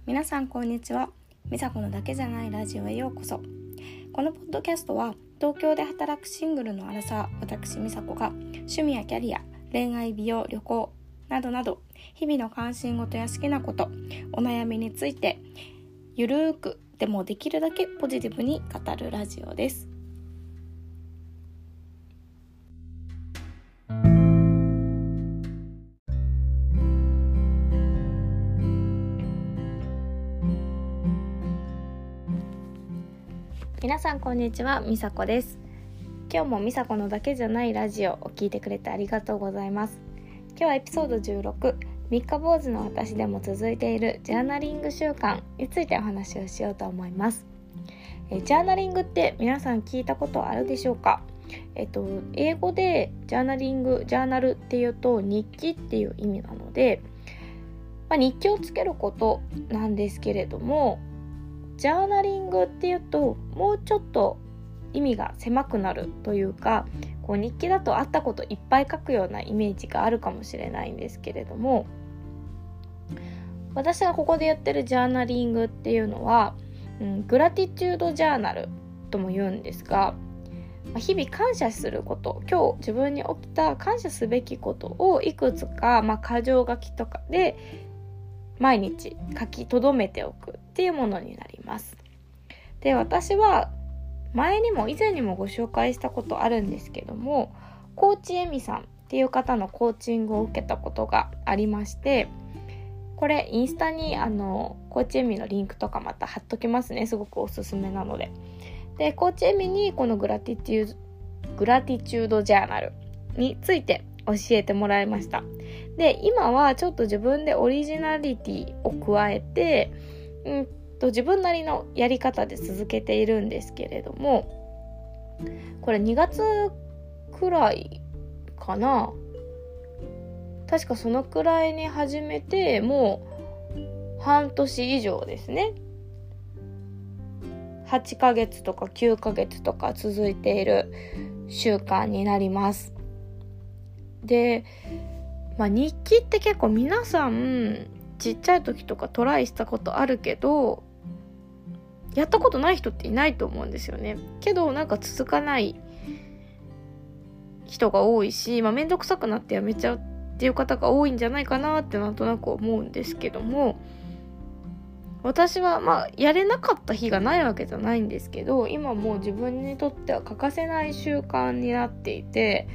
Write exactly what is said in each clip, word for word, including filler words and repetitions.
皆さんこんにちは。みさこのだけじゃないラジオへようこそ。このポッドキャストは東京で働くシングルのアラサー私みさこが趣味やキャリア、恋愛、美容、旅行などなど日々の関心事や好きなこと、お悩みについてゆるーくでもできるだけポジティブに語るラジオです。皆さんこんにちは、みさこです。今日もみさこのだけじゃないラジオを聞いてくれてありがとうございます。今日はエピソードじゅうろく、三日坊主の私でも続いているジャーナリング習慣についてお話をしようと思います。えジャーナリングって皆さん聞いたことあるでしょうか？えっと、英語でジャーナリング、ジャーナルっていうと日記っていう意味なので、まあ、日記をつけることなんですけれども、ジャーナリングっていうともうちょっと意味が狭くなるというか、こう日記だとあったこといっぱい書くようなイメージがあるかもしれないんですけれども、私がここでやってるジャーナリングっていうのは、うん、グラティチュードジャーナルとも言うんですが、日々感謝すること、今日自分に起きた感謝すべきことをいくつか、まあ、箇条書きとかで毎日書き留めておくっていうものになります。で、私は前にも以前にもご紹介したことあるんですけども、コーチエミさんっていう方のコーチングを受けたことがありまして、これインスタにあのコーチエミのリンクとかまた貼っときますね。すごくおすすめなので。で、コーチエミにこのグラティチュード、グラティチュードジャーナルについて教えてもらいました。で、今はちょっと自分でオリジナリティを加えて、うんと自分なりのやり方で続けているんですけれども、これにがつくらいかな、確かそのくらいに始めてもう半年以上ですね。はちかげつとかきゅうかげつとか続いている習慣になります。で、まあ、日記って結構皆さんちっちゃい時とかトライしたことあるけど、やったことない人っていないと思うんですよね。けどなんか続かない人が多いし、まあ、めんどくさくなってやめちゃうっていう方が多いんじゃないかなってなんとなく思うんですけども、私はまあやれなかった日がないわけじゃないんですけど、今もう自分にとっては欠かせない習慣になっていて、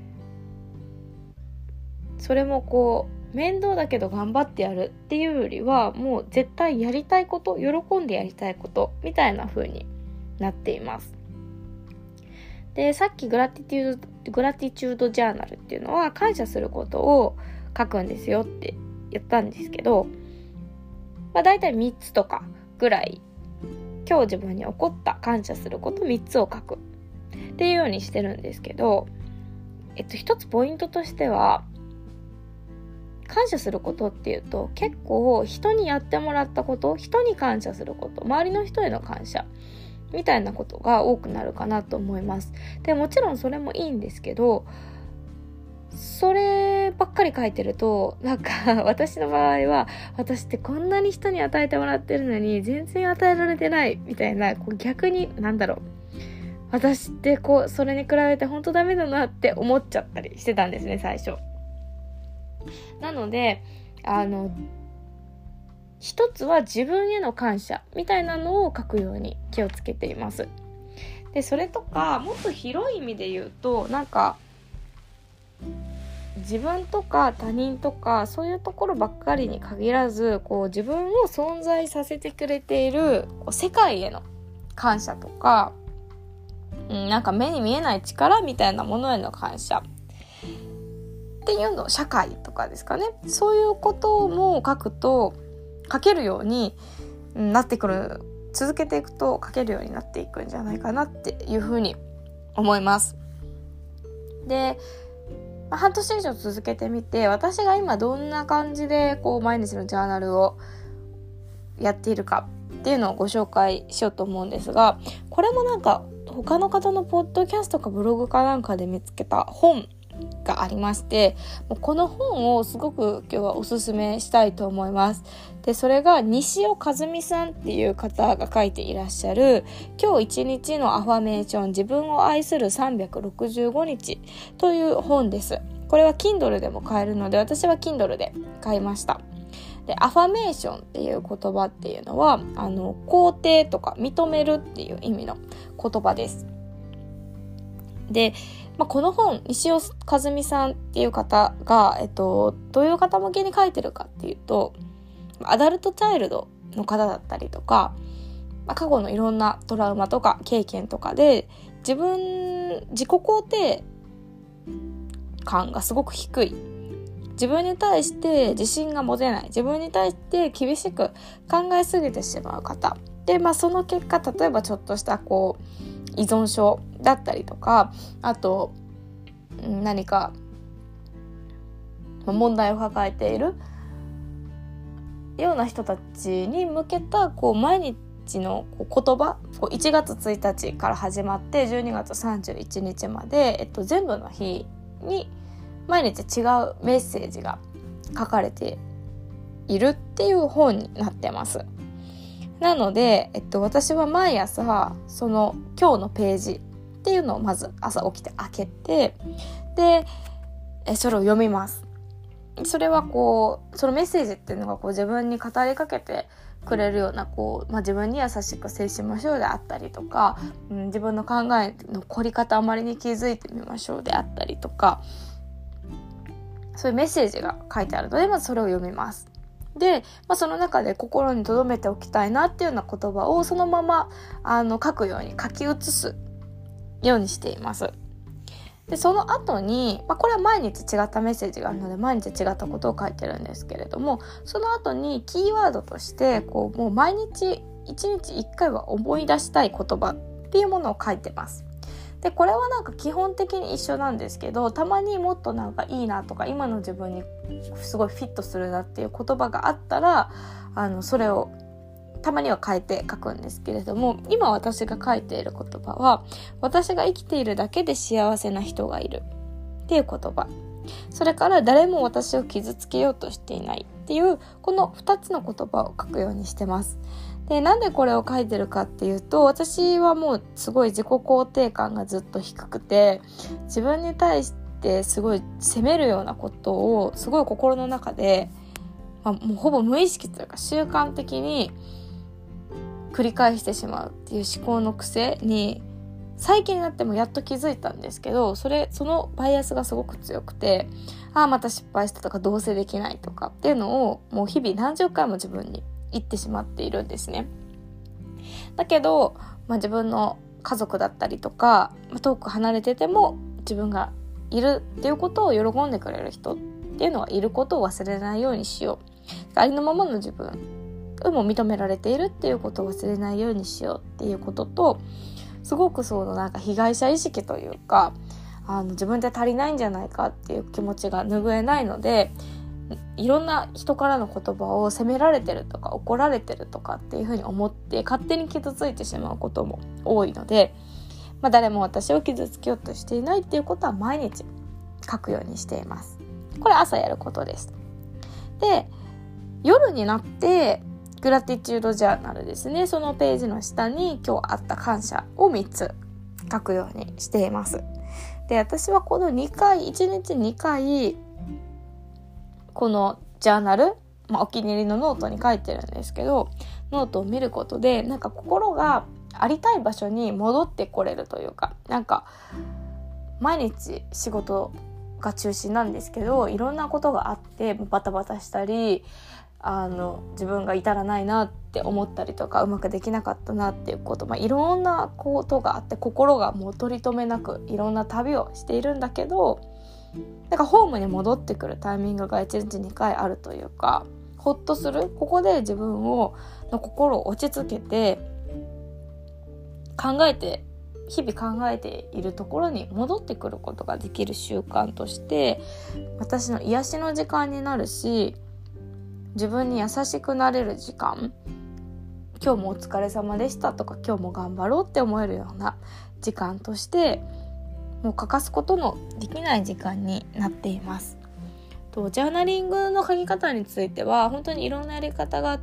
それもこう面倒だけど頑張ってやるっていうよりは、もう絶対やりたいこと、喜んでやりたいことみたいな風になっています。で、さっきグラティチュード、グラティチュードジャーナルっていうのは感謝することを書くんですよって言ったんですけど、まあ、だいたいみっつとかぐらい今日自分に起こった感謝することみっつを書くっていうようにしてるんですけど、えっと一つポイントとしては、感謝することっていうと結構人にやってもらったこと、人に感謝すること、周りの人への感謝みたいなことが多くなるかなと思います。で、もちろんそれもいいんですけど、そればっかり書いてるとなんか私の場合は、私ってこんなに人に与えてもらってるのに全然与えられてないみたいな、こう逆になんだろう、私ってこうそれに比べて本当ダメだなって思っちゃったりしてたんですね、最初。なのであの一つは自分への感謝みたいなのを書くように気をつけています。で、それとかもっと広い意味で言うと、なんか自分とか他人とかそういうところばっかりに限らず、こう自分を存在させてくれているこう世界への感謝とか、うん、なんか目に見えない力みたいなものへの感謝っていうの、社会とかですかね、そういうことも書くと書けるようになってくる、続けていくと書けるようになっていくんじゃないかなっていうふうに思います。で、まあ、半年以上続けてみて、私が今どんな感じでこう毎日のジャーナルをやっているかっていうのをご紹介しようと思うんですが、これもなんか他の方のポッドキャストかブログかなんかで見つけた本がありまして、もうこの本をすごく今日はおすすめしたいと思います。でそれが西尾和美さんっていう方が書いていらっしゃる今日一日のアファメーション自分を愛するさんびゃくろくじゅうごにちという本です。これは Kindle でも買えるので、私は Kindle で買いました。でアファメーションっていう言葉っていうのはあの肯定とか認めるっていう意味の言葉です。で、まあ、この本西尾和美さんっていう方が、えっと、どういう方向けに書いてるかっていうと、アダルトチャイルドの方だったりとか、まあ、過去のいろんなトラウマとか経験とかで自分自己肯定感がすごく低い、自分に対して自信が持てない、自分に対して厳しく考えすぎてしまう方で、まあ、その結果例えばちょっとしたこう依存症だったりとか、あと何か問題を抱えているような人たちに向けたこう毎日の言葉、こういちがつついたちから始まってじゅうにがつさんじゅういちにちまで、えっと、全部の日に毎日違うメッセージが書かれているっていう本になってます。なので、えっと、私は毎朝その今日のページっていうのをまず朝起きて開けて、でえそれを読みます。それはこうそのメッセージっていうのがこう自分に語りかけてくれるようなこう、まあ、自分に優しく接しましょうであったりとか、うん、自分の考えの凝り固まりに気づいてみましょうであったりとか、そういうメッセージが書いてあるので、まずそれを読みます。で、まあ、その中で心に留めておきたいなっていうような言葉をそのままあの書くように書き写すようにしています。でその後に、まあ、これは毎日違ったメッセージがあるので毎日違ったことを書いてるんですけれども、その後にキーワードとしてこうもう毎日いちにちいっかいは思い出したい言葉っていうものを書いてます。でこれはなんか基本的に一緒なんですけど、たまにもっとなんかいいなとか今の自分にすごいフィットするなっていう言葉があったら、あのそれをたまには変えて書くんですけれども、今私が書いている言葉は私が生きているだけで幸せな人がいるっていう言葉、それから誰も私を傷つけようとしていないっていうこのふたつの言葉を書くようにしてます。でなんでこれを書いてるかっていうと、私はもうすごい自己肯定感がずっと低くて、自分に対してすごい責めるようなことをすごい心の中で、まあ、もうほぼ無意識というか習慣的に繰り返してしまうっていう思考の癖に最近になってもやっと気づいたんですけど、それそのバイアスがすごく強くて、ああまた失敗したとかどうせできないとかっていうのをもう日々何十回も自分に言ってしまっているんですね。だけど、まあ、自分の家族だったりとか、まあ、遠く離れてても自分がいるっていうことを喜んでくれる人っていうのはいることを忘れないようにしよう、ありのままの自分も認められているっていうことを忘れないようにしようっていうことと、すごくそのなんか被害者意識というか、あの自分で足りないんじゃないかっていう気持ちが拭えないので、いろんな人からの言葉を責められてるとか怒られてるとかっていうふうに思って勝手に傷ついてしまうことも多いので、まあ、誰も私を傷つけようとしていないっていうことは毎日書くようにしています。これ朝やることです。で夜になってグラティチュードジャーナルですね、そのページの下に今日あった感謝をみっつ書くようにしています。で私はこのにかいいちにちにかいこのジャーナル、まあ、お気に入りのノートに書いてるんですけど、ノートを見ることでなんか心がありたい場所に戻ってこれるというか、なんか毎日仕事が中心なんですけどいろんなことがあってバタバタしたり、あの自分が至らないなって思ったりとかうまくできなかったなっていうこと、まあ、いろんなことがあって心がもう取り留めなくいろんな旅をしているんだけど、なんかホームに戻ってくるタイミングがいちにちにかいあるというか、ほっとする、ここで自分をの心を落ち着けて考えて日々考えているところに戻ってくることができる習慣として私の癒しの時間になるし、自分に優しくなれる時間、今日もお疲れ様でしたとか今日も頑張ろうって思えるような時間としてもう欠かすことのできない時間になっています。とジャーナリングの書き方については本当にいろんなやり方があって、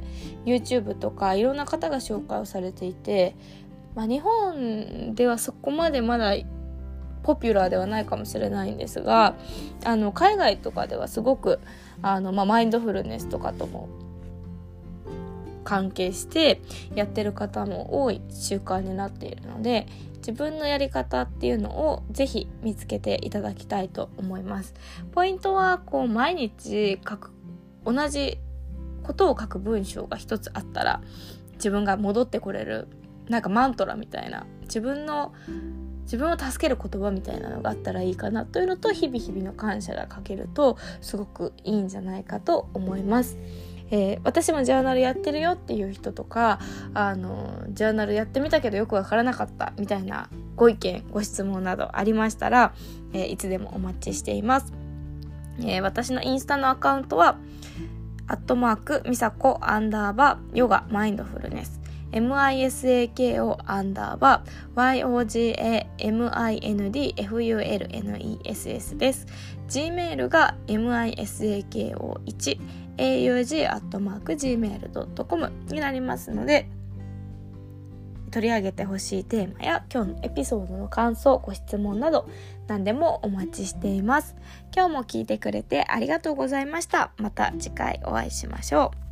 YouTube とかいろんな方が紹介をされていて、まあ、日本ではそこまでまだポピュラーではないかもしれないんですが、あの海外とかではすごくあの、まあ、マインドフルネスとかとも関係してやってる方も多い習慣になっているので、自分のやり方っていうのをぜひ見つけていただきたいと思います。ポイントはこう毎日書く同じことを書く文章が一つあったら自分が戻ってこれる、なんかマントラみたいな、自分の自分を助ける言葉みたいなのがあったらいいかなというのと、日々日々の感謝が書けるとすごくいいんじゃないかと思います。えー、私もジャーナルやってるよっていう人とか、あのジャーナルやってみたけどよくわからなかったみたいなご意見ご質問などありましたら、えー、いつでもお待ちしています。えー、私のインスタのアカウントはアットマークミサコアンダーバーヨガマインドフルネス MISAKO アンダーバー YOGAMINDFULNESS です。 Gmail が misako いちエーユージー アットマーク ジーメール ドットコム になりますので、取り上げてほしいテーマや今日のエピソードの感想、ご質問など何でもお待ちしています。今日も聞いてくれてありがとうございました。また次回お会いしましょう。